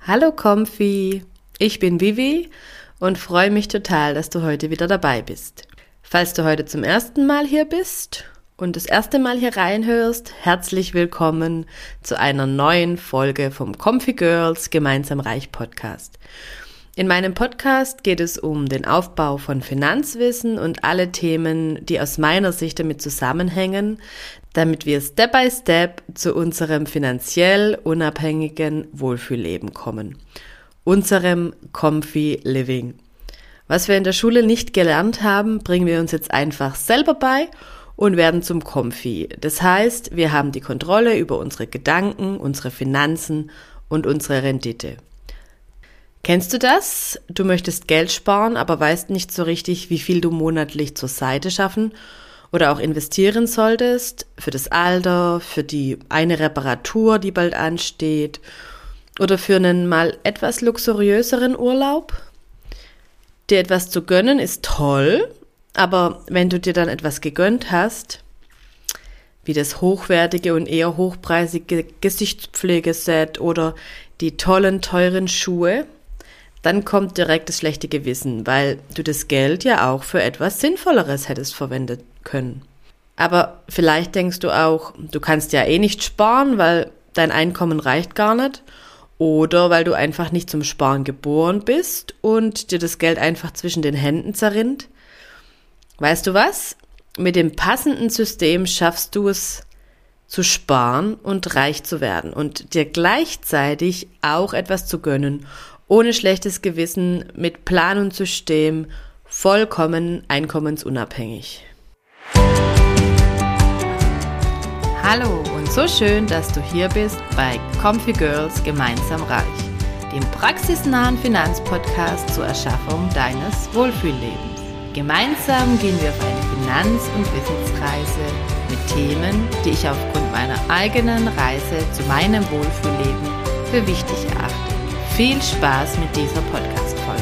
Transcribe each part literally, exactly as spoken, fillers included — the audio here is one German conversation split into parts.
Hallo Comfy, ich bin Vivi und freue mich total, dass du heute wieder dabei bist. Falls du heute zum ersten Mal hier bist und das erste Mal hier reinhörst, herzlich willkommen zu einer neuen Folge vom Comfy Girls Gemeinsam Reich Podcast. In meinem Podcast geht es um den Aufbau von Finanzwissen und alle Themen, die aus meiner Sicht damit zusammenhängen, damit wir Step by Step zu unserem finanziell unabhängigen Wohlfühlleben kommen. Unserem Comfy Living. Was wir in der Schule nicht gelernt haben, bringen wir uns jetzt einfach selber bei und werden zum Comfy. Das heißt, wir haben die Kontrolle über unsere Gedanken, unsere Finanzen und unsere Rendite. Kennst du das? Du möchtest Geld sparen, aber weißt nicht so richtig, wie viel du monatlich zur Seite schaffen oder auch investieren solltest für das Alter, für die eine Reparatur, die bald ansteht oder für einen mal etwas luxuriöseren Urlaub? Dir etwas zu gönnen ist toll, aber wenn du dir dann etwas gegönnt hast, wie das hochwertige und eher hochpreisige Gesichtspflegeset oder die tollen, teuren Schuhe, dann kommt direkt das schlechte Gewissen, weil du das Geld ja auch für etwas Sinnvolleres hättest verwendet können. Aber vielleicht denkst du auch, du kannst ja eh nicht sparen, weil dein Einkommen reicht gar nicht oder weil du einfach nicht zum Sparen geboren bist und dir das Geld einfach zwischen den Händen zerrinnt. Weißt du was? Mit dem passenden System schaffst du es zu sparen und reich zu werden und dir gleichzeitig auch etwas zu gönnen, ohne schlechtes Gewissen, mit Plan und System, vollkommen einkommensunabhängig. Hallo und so schön, dass du hier bist bei Comfy Girls Gemeinsam Reich, dem praxisnahen Finanzpodcast zur Erschaffung deines Wohlfühllebens. Gemeinsam gehen wir auf eine Finanz- und Wissensreise mit Themen, die ich aufgrund meiner eigenen Reise zu meinem Wohlfühlleben für wichtig erachte. Viel Spaß mit dieser Podcast-Folge.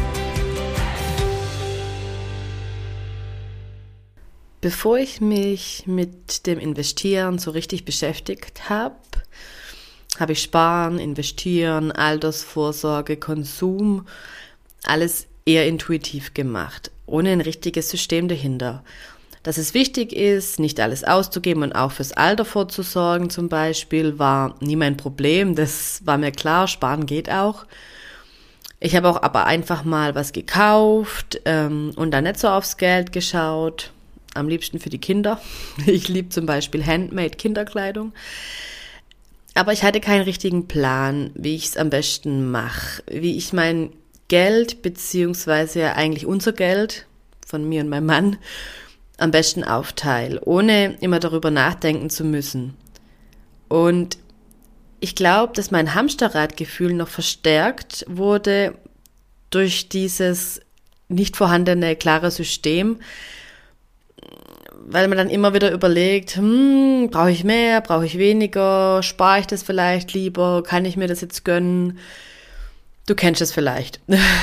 Bevor ich mich mit dem Investieren so richtig beschäftigt habe, habe ich Sparen, Investieren, Altersvorsorge, Konsum, alles eher intuitiv gemacht, ohne ein richtiges System dahinter. Dass es wichtig ist, nicht alles auszugeben und auch fürs Alter vorzusorgen zum Beispiel, war nie mein Problem. Das war mir klar, sparen geht auch. Ich habe auch aber einfach mal was gekauft ähm, und dann nicht so aufs Geld geschaut. Am liebsten für die Kinder. Ich liebe zum Beispiel Handmade Kinderkleidung. Aber ich hatte keinen richtigen Plan, wie ich es am besten mache. Wie ich mein Geld, beziehungsweise ja eigentlich unser Geld von mir und meinem Mann, am besten aufteile, ohne immer darüber nachdenken zu müssen. Und ich glaube, dass mein Hamsterradgefühl noch verstärkt wurde durch dieses nicht vorhandene klare System, weil man dann immer wieder überlegt, hm, brauche ich mehr, brauche ich weniger, spare ich das vielleicht lieber, kann ich mir das jetzt gönnen? Du kennst es vielleicht.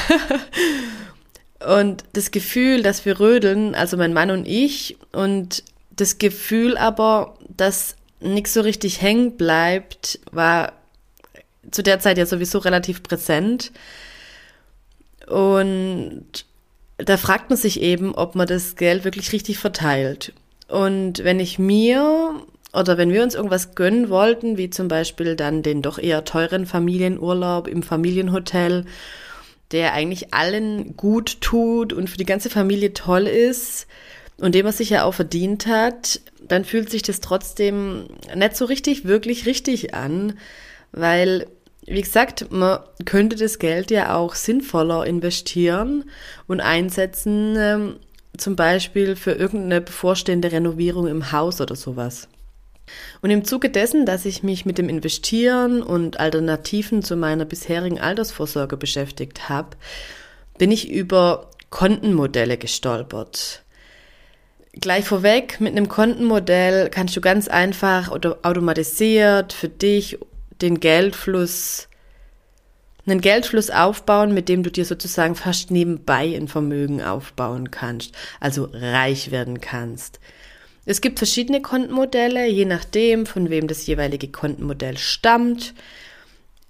Und das Gefühl, dass wir rödeln, also mein Mann und ich, und das Gefühl aber, dass nichts so richtig hängen bleibt, war zu der Zeit ja sowieso relativ präsent. Und da fragt man sich eben, ob man das Geld wirklich richtig verteilt. Und wenn ich mir oder wenn wir uns irgendwas gönnen wollten, wie zum Beispiel dann den doch eher teuren Familienurlaub im Familienhotel, der eigentlich allen gut tut und für die ganze Familie toll ist und den man sich ja auch verdient hat, dann fühlt sich das trotzdem nicht so richtig, wirklich richtig an, weil, wie gesagt, man könnte das Geld ja auch sinnvoller investieren und einsetzen, ähm, zum Beispiel für irgendeine bevorstehende Renovierung im Haus oder sowas. Und im Zuge dessen, dass ich mich mit dem Investieren und Alternativen zu meiner bisherigen Altersvorsorge beschäftigt habe, bin ich über Kontenmodelle gestolpert. Gleich vorweg, mit einem Kontenmodell kannst du ganz einfach oder automatisiert für dich den Geldfluss, einen Geldfluss aufbauen, mit dem du dir sozusagen fast nebenbei ein Vermögen aufbauen kannst, also reich werden kannst. Es gibt verschiedene Kontenmodelle, je nachdem, von wem das jeweilige Kontenmodell stammt.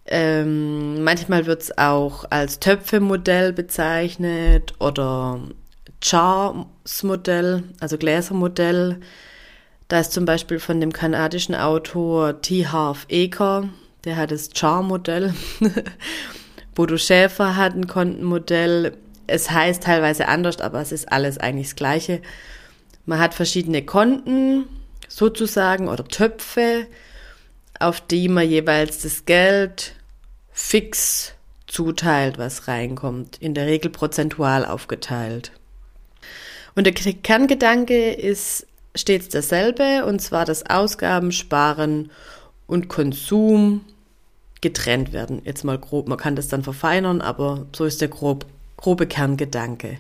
Ähm, manchmal wird es auch als Töpfe-Modell bezeichnet oder Jars-Modell, also Gläsermodell. Da ist zum Beispiel von dem kanadischen Autor T. Harv Eker, der hat das Jar-Modell. Bodo Schäfer hat ein Kontenmodell. Es heißt teilweise anders, aber es ist alles eigentlich das Gleiche. Man hat verschiedene Konten sozusagen oder Töpfe, auf die man jeweils das Geld fix zuteilt, was reinkommt. In der Regel prozentual aufgeteilt. Und der Kerngedanke ist stets derselbe, und zwar, dass Ausgaben, Sparen und Konsum getrennt werden. Jetzt mal grob, man kann das dann verfeinern, aber so ist der grob, grobe Kerngedanke.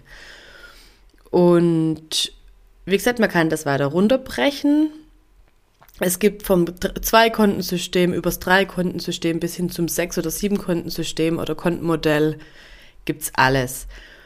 Und wie gesagt, man kann das weiter runterbrechen. Es gibt vom Zwei-Kontensystem übers Drei-Kontensystem bis hin zum Sechs- oder Sieben-Kontensystem oder Kontenmodell gibt's alles.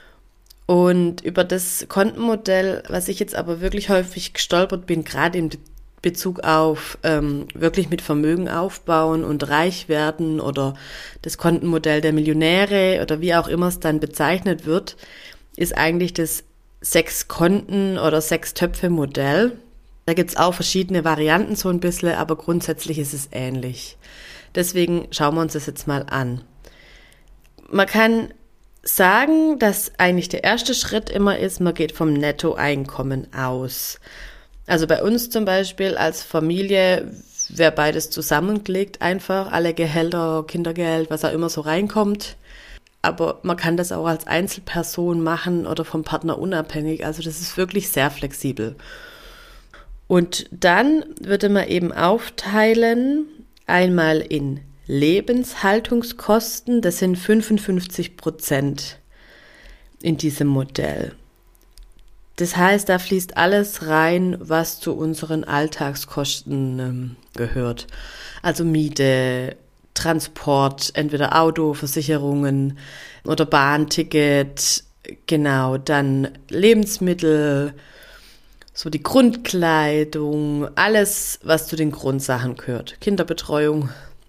Und über das Kontenmodell, was ich jetzt aber wirklich häufig gestolpert bin, gerade in Bezug auf ähm, wirklich mit Vermögen aufbauen und reich werden oder das Kontenmodell der Millionäre oder wie auch immer es dann bezeichnet wird, ist eigentlich das Sechs-Konten- oder Sechs-Töpfe-Modell. Da gibt's auch verschiedene Varianten so ein bisschen, aber grundsätzlich ist es ähnlich. Deswegen schauen wir uns das jetzt mal an. Man kann sagen, dass eigentlich der erste Schritt immer ist, man geht vom Nettoeinkommen aus. Also bei uns zum Beispiel als Familie wäre beides zusammengelegt, einfach alle Gehälter, Kindergeld, was auch immer so reinkommt. Aber man kann das auch als Einzelperson machen oder vom Partner unabhängig. Also das ist wirklich sehr flexibel. Und dann würde man eben aufteilen, einmal in Lebenshaltungskosten, das sind fünfundfünfzig Prozent in diesem Modell. Das heißt, da fließt alles rein, was zu unseren Alltagskosten ähm, gehört. Also Miete, Transport, entweder Auto, Versicherungen oder Bahnticket, genau, dann Lebensmittel, so die Grundkleidung, alles, was zu den Grundsachen gehört, Kinderbetreuung.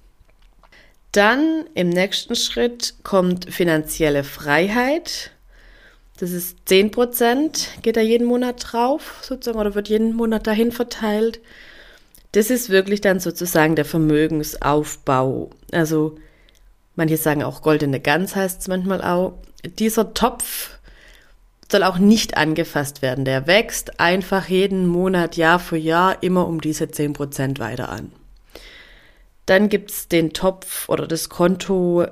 Dann im nächsten Schritt kommt finanzielle Freiheit. Das ist zehn Prozent, geht da jeden Monat drauf, sozusagen, oder wird jeden Monat dahin verteilt. Das ist wirklich dann sozusagen der Vermögensaufbau. Also manche sagen auch goldene Gans heißt es manchmal auch. Dieser Topf soll auch nicht angefasst werden. Der wächst einfach jeden Monat, Jahr für Jahr, immer um diese zehn Prozent weiter an. Dann gibt's den Topf oder das Konto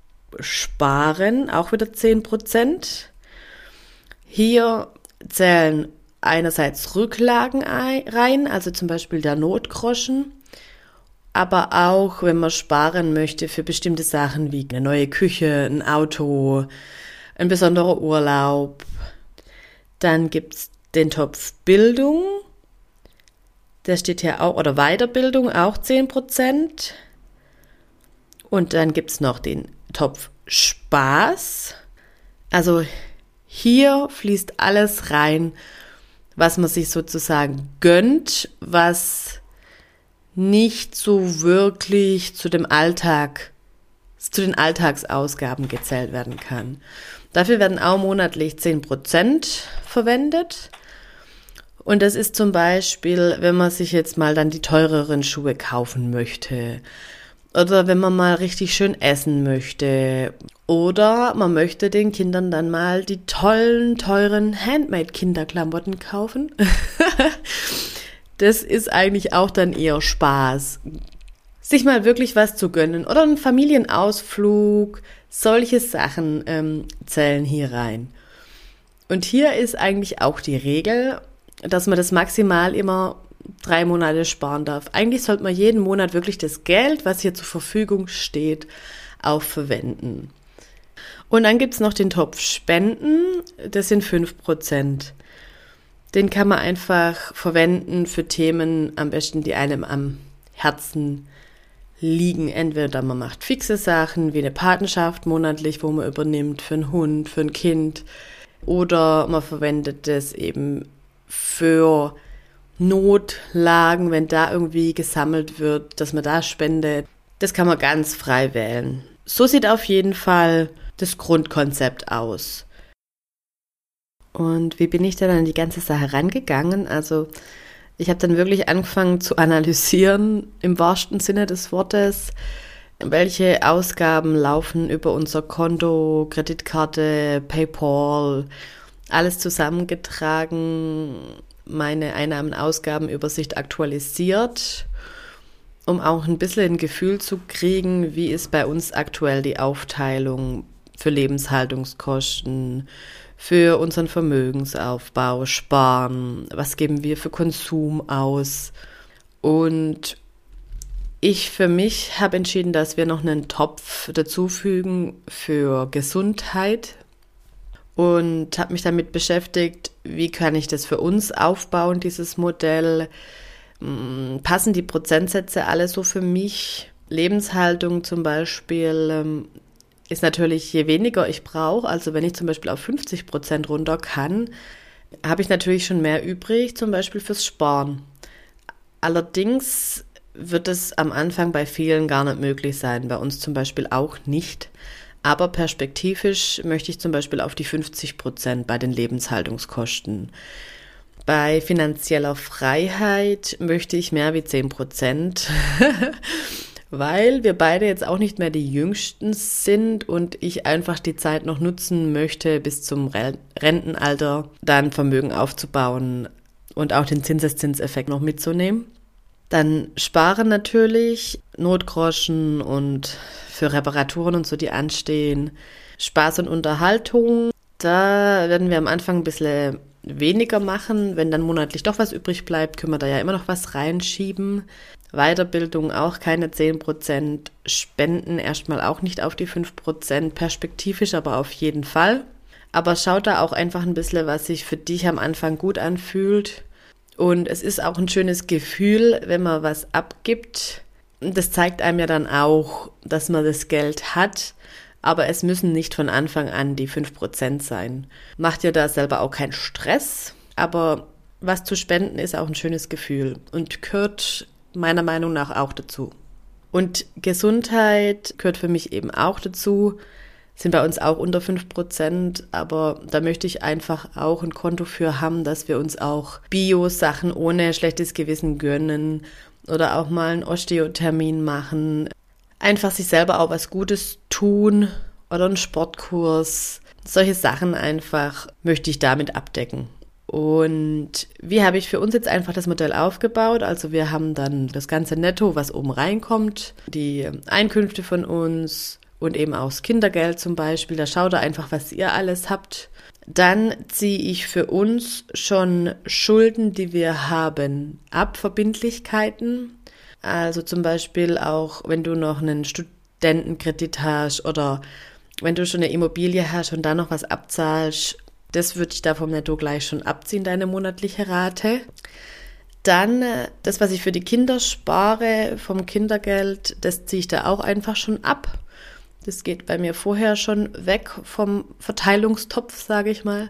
Sparen, auch wieder zehn Prozent. Hier zählen einerseits Rücklagen rein, also zum Beispiel der Notgroschen, aber auch, wenn man sparen möchte für bestimmte Sachen wie eine neue Küche, ein Auto, ein besonderer Urlaub. Dann gibt's den Topf Bildung, der steht hier auch, oder Weiterbildung, auch zehn Prozent. Und dann gibt's noch den Topf Spaß. Also hier fließt alles rein, was man sich sozusagen gönnt, was nicht so wirklich zu dem Alltag, zu den Alltagsausgaben gezählt werden kann. Dafür werden auch monatlich zehn Prozent verwendet. Und das ist zum Beispiel, wenn man sich jetzt mal dann die teureren Schuhe kaufen möchte. Oder wenn man mal richtig schön essen möchte. Oder man möchte den Kindern dann mal die tollen, teuren Handmade-Kinderklamotten kaufen. Das ist eigentlich auch dann eher Spaß. Sich mal wirklich was zu gönnen. Oder ein Familienausflug. Solche Sachen ähm, zählen hier rein. Und hier ist eigentlich auch die Regel, dass man das maximal immer drei Monate sparen darf. Eigentlich sollte man jeden Monat wirklich das Geld, was hier zur Verfügung steht, auch verwenden. Und dann gibt's noch den Topf Spenden, das sind fünf Prozent. Den kann man einfach verwenden für Themen, am besten die einem am Herzen liegen. Entweder man macht fixe Sachen wie eine Patenschaft monatlich, wo man übernimmt für einen Hund, für ein Kind, oder man verwendet das eben für Notlagen, wenn da irgendwie gesammelt wird, dass man da spendet. Das kann man ganz frei wählen. So sieht auf jeden Fall das Grundkonzept aus. Und wie bin ich dann an die ganze Sache rangegangen? Also ich habe dann wirklich angefangen zu analysieren, im wahrsten Sinne des Wortes, welche Ausgaben laufen über unser Konto, Kreditkarte, PayPal, alles zusammengetragen, meine Einnahmen-Ausgaben-Übersicht aktualisiert, um auch ein bisschen ein Gefühl zu kriegen, wie ist bei uns aktuell die Aufteilung für Lebenshaltungskosten, für unseren Vermögensaufbau, Sparen, was geben wir für Konsum aus. Und ich für mich habe entschieden, dass wir noch einen Topf dazufügen für Gesundheit und habe mich damit beschäftigt, wie kann ich das für uns aufbauen, dieses Modell. Passen die Prozentsätze alle so für mich? Lebenshaltung zum Beispiel ist natürlich, je weniger ich brauche, also wenn ich zum Beispiel auf fünfzig Prozent runter kann, habe ich natürlich schon mehr übrig, zum Beispiel fürs Sparen. Allerdings wird es am Anfang bei vielen gar nicht möglich sein, bei uns zum Beispiel auch nicht. Aber perspektivisch möchte ich zum Beispiel auf die fünfzig Prozent bei den Lebenshaltungskosten. Bei finanzieller Freiheit möchte ich mehr wie zehn Prozent, weil wir beide jetzt auch nicht mehr die Jüngsten sind und ich einfach die Zeit noch nutzen möchte, bis zum Rentenalter dann Vermögen aufzubauen und auch den Zinseszinseffekt noch mitzunehmen. Dann sparen natürlich, Notgroschen und für Reparaturen und so, die anstehen. Spaß und Unterhaltung, da werden wir am Anfang ein bisschen weniger machen. Wenn dann monatlich doch was übrig bleibt, können wir da ja immer noch was reinschieben. Weiterbildung auch keine zehn Prozent, Spenden erstmal auch nicht auf die fünf Prozent, perspektivisch aber auf jeden Fall. Aber schaut da auch einfach ein bisschen, was sich für dich am Anfang gut anfühlt. Und es ist auch ein schönes Gefühl, wenn man was abgibt. Das zeigt einem ja dann auch, dass man das Geld hat. Aber es müssen nicht von Anfang an die fünf Prozent sein. Macht dir da selber auch keinen Stress, aber was zu spenden ist auch ein schönes Gefühl und gehört meiner Meinung nach auch dazu. Und Gesundheit gehört für mich eben auch dazu, sind bei uns auch unter fünf Prozent, aber da möchte ich einfach auch ein Konto für haben, dass wir uns auch Bio-Sachen ohne schlechtes Gewissen gönnen oder auch mal einen Osteotermin machen. Einfach sich selber auch was Gutes tun oder einen Sportkurs. Solche Sachen einfach möchte ich damit abdecken. Und wie habe ich für uns jetzt einfach das Modell aufgebaut? Also wir haben dann das ganze Netto, was oben reinkommt, die Einkünfte von uns und eben auch das Kindergeld zum Beispiel. Da schaut ihr einfach, was ihr alles habt. Dann ziehe ich für uns schon Schulden, die wir haben, ab, Verbindlichkeiten. Also zum Beispiel auch, wenn du noch einen Studentenkredit hast oder wenn du schon eine Immobilie hast und da noch was abzahlst, das würde ich da vom Netto gleich schon abziehen, deine monatliche Rate. Dann das, was ich für die Kinder spare vom Kindergeld, das ziehe ich da auch einfach schon ab. Das geht bei mir vorher schon weg vom Verteilungstopf, sage ich mal.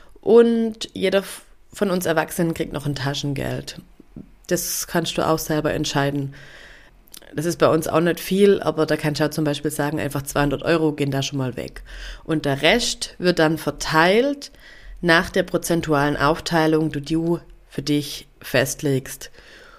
Und jeder von uns Erwachsenen kriegt noch ein Taschengeld. Das kannst du auch selber entscheiden. Das ist bei uns auch nicht viel, aber da kannst du auch zum Beispiel sagen, einfach zweihundert Euro gehen da schon mal weg. Und der Rest wird dann verteilt nach der prozentualen Aufteilung, die du für dich festlegst.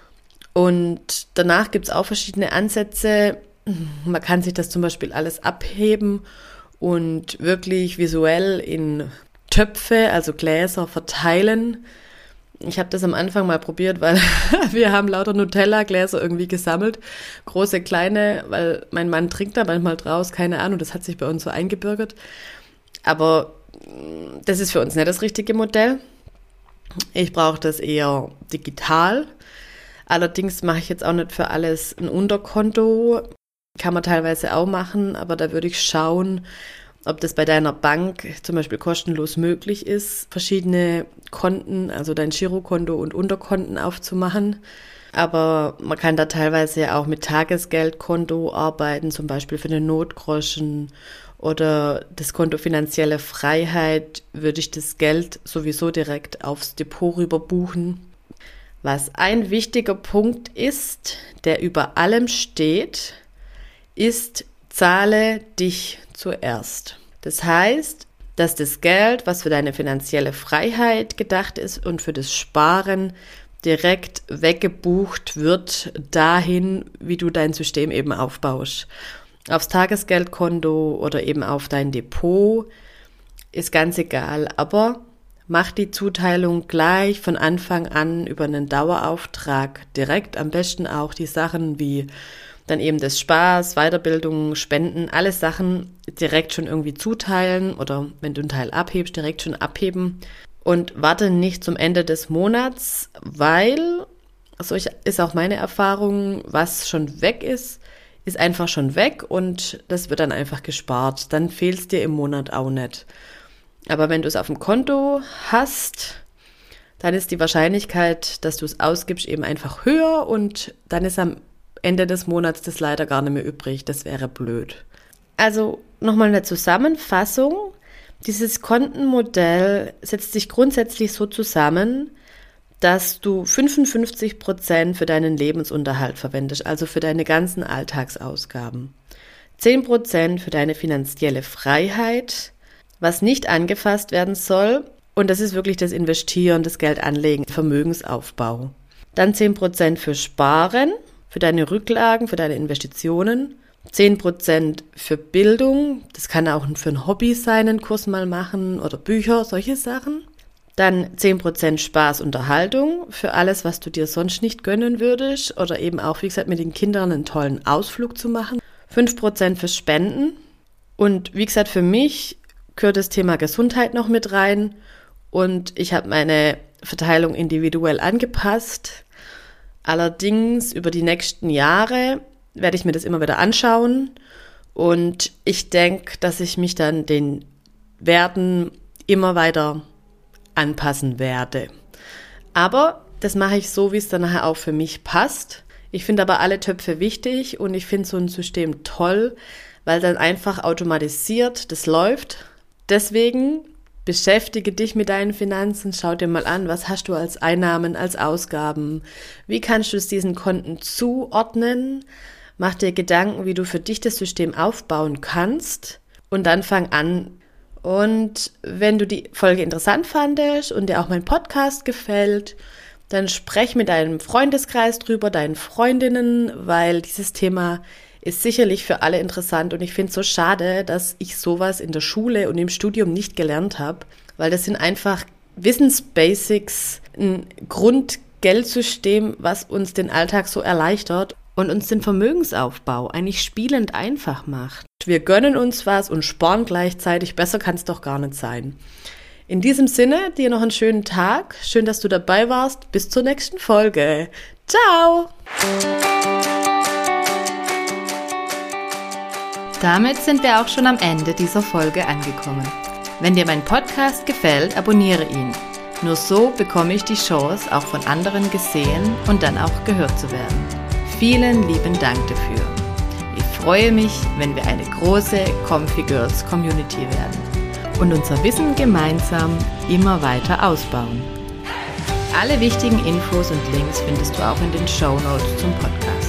Und danach gibt es auch verschiedene Ansätze. Man kann sich das zum Beispiel alles abheben und wirklich visuell in Töpfe, also Gläser, verteilen. Ich habe das am Anfang mal probiert, weil wir haben lauter Nutella-Gläser irgendwie gesammelt. Große, kleine, weil mein Mann trinkt da manchmal draus, keine Ahnung, das hat sich bei uns so eingebürgert. Aber das ist für uns nicht das richtige Modell. Ich brauche das eher digital. Allerdings mache ich jetzt auch nicht für alles ein Unterkonto. Kann man teilweise auch machen, aber da würde ich schauen, ob das bei deiner Bank zum Beispiel kostenlos möglich ist, verschiedene Konten, also dein Girokonto und Unterkonten aufzumachen. Aber man kann da teilweise auch mit Tagesgeldkonto arbeiten, zum Beispiel für den Notgroschen oder das Konto finanzielle Freiheit würde ich das Geld sowieso direkt aufs Depot rüber buchen. Was ein wichtiger Punkt ist, der über allem steht, ist, zahle dich zuerst. Das heißt, dass das Geld, was für deine finanzielle Freiheit gedacht ist und für das Sparen direkt weggebucht wird dahin, wie du dein System eben aufbaust. Aufs Tagesgeldkonto oder eben auf dein Depot, ist ganz egal, aber mach die Zuteilung gleich von Anfang an über einen Dauerauftrag direkt, am besten auch die Sachen wie dann eben das Spaß, Weiterbildung, Spenden, alle Sachen direkt schon irgendwie zuteilen oder wenn du einen Teil abhebst, direkt schon abheben und warte nicht zum Ende des Monats, weil, so ist auch meine Erfahrung, was schon weg ist, ist einfach schon weg und das wird dann einfach gespart. Dann fehlt es dir im Monat auch nicht. Aber wenn du es auf dem Konto hast, dann ist die Wahrscheinlichkeit, dass du es ausgibst, eben einfach höher und dann ist am Ende des Monats das leider gar nicht mehr übrig. Das wäre blöd. Also nochmal eine Zusammenfassung. Dieses Kontenmodell setzt sich grundsätzlich so zusammen, dass du fünfundfünfzig Prozent für deinen Lebensunterhalt verwendest, also für deine ganzen Alltagsausgaben. zehn Prozent für deine finanzielle Freiheit, was nicht angefasst werden soll. Und das ist wirklich das Investieren, das Geld anlegen, Vermögensaufbau. Dann zehn Prozent für Sparen, für deine Rücklagen, für deine Investitionen. zehn Prozent für Bildung, das kann auch für ein Hobby sein, einen Kurs mal machen oder Bücher, solche Sachen. Dann zehn Prozent Spaß, Unterhaltung für alles, was du dir sonst nicht gönnen würdest oder eben auch, wie gesagt, mit den Kindern einen tollen Ausflug zu machen. fünf Prozent für Spenden und wie gesagt, für mich gehört das Thema Gesundheit noch mit rein und ich habe meine Verteilung individuell angepasst. Allerdings über die nächsten Jahre werde ich mir das immer wieder anschauen und ich denke, dass ich mich dann den Werten immer weiter anpassen werde. Aber das mache ich so, wie es dann nachher auch für mich passt. Ich finde aber alle Töpfe wichtig und ich finde so ein System toll, weil dann einfach automatisiert das läuft. Deswegen beschäftige dich mit deinen Finanzen, schau dir mal an, was hast du als Einnahmen, als Ausgaben, wie kannst du es diesen Konten zuordnen, mach dir Gedanken, wie du für dich das System aufbauen kannst und dann fang an. Und wenn du die Folge interessant fandest und dir auch mein Podcast gefällt, dann sprech mit deinem Freundeskreis drüber, deinen Freundinnen, weil dieses Thema ist sicherlich für alle interessant und ich finde es so schade, dass ich sowas in der Schule und im Studium nicht gelernt habe, weil das sind einfach Wissensbasics, ein Grundgeldsystem, was uns den Alltag so erleichtert und uns den Vermögensaufbau eigentlich spielend einfach macht. Wir gönnen uns was und sparen gleichzeitig, besser kann es doch gar nicht sein. In diesem Sinne, dir noch einen schönen Tag, schön, dass du dabei warst, bis zur nächsten Folge. Ciao! Damit sind wir auch schon am Ende dieser Folge angekommen. Wenn dir mein Podcast gefällt, abonniere ihn. Nur so bekomme ich die Chance, auch von anderen gesehen und dann auch gehört zu werden. Vielen lieben Dank dafür. Ich freue mich, wenn wir eine große Comfy Girls Community werden und unser Wissen gemeinsam immer weiter ausbauen. Alle wichtigen Infos und Links findest du auch in den Shownotes zum Podcast.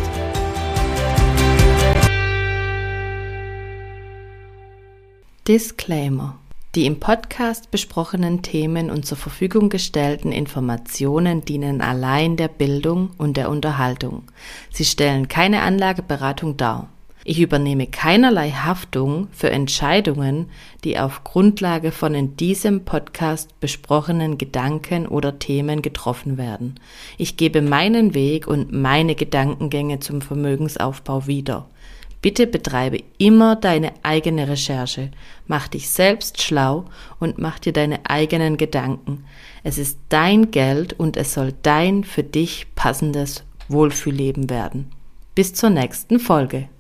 Disclaimer: Die im Podcast besprochenen Themen und zur Verfügung gestellten Informationen dienen allein der Bildung und der Unterhaltung. Sie stellen keine Anlageberatung dar. Ich übernehme keinerlei Haftung für Entscheidungen, die auf Grundlage von in diesem Podcast besprochenen Gedanken oder Themen getroffen werden. Ich gebe meinen Weg und meine Gedankengänge zum Vermögensaufbau wieder. Bitte betreibe immer deine eigene Recherche, mach dich selbst schlau und mach dir deine eigenen Gedanken. Es ist dein Geld und es soll dein für dich passendes Wohlfühlleben werden. Bis zur nächsten Folge.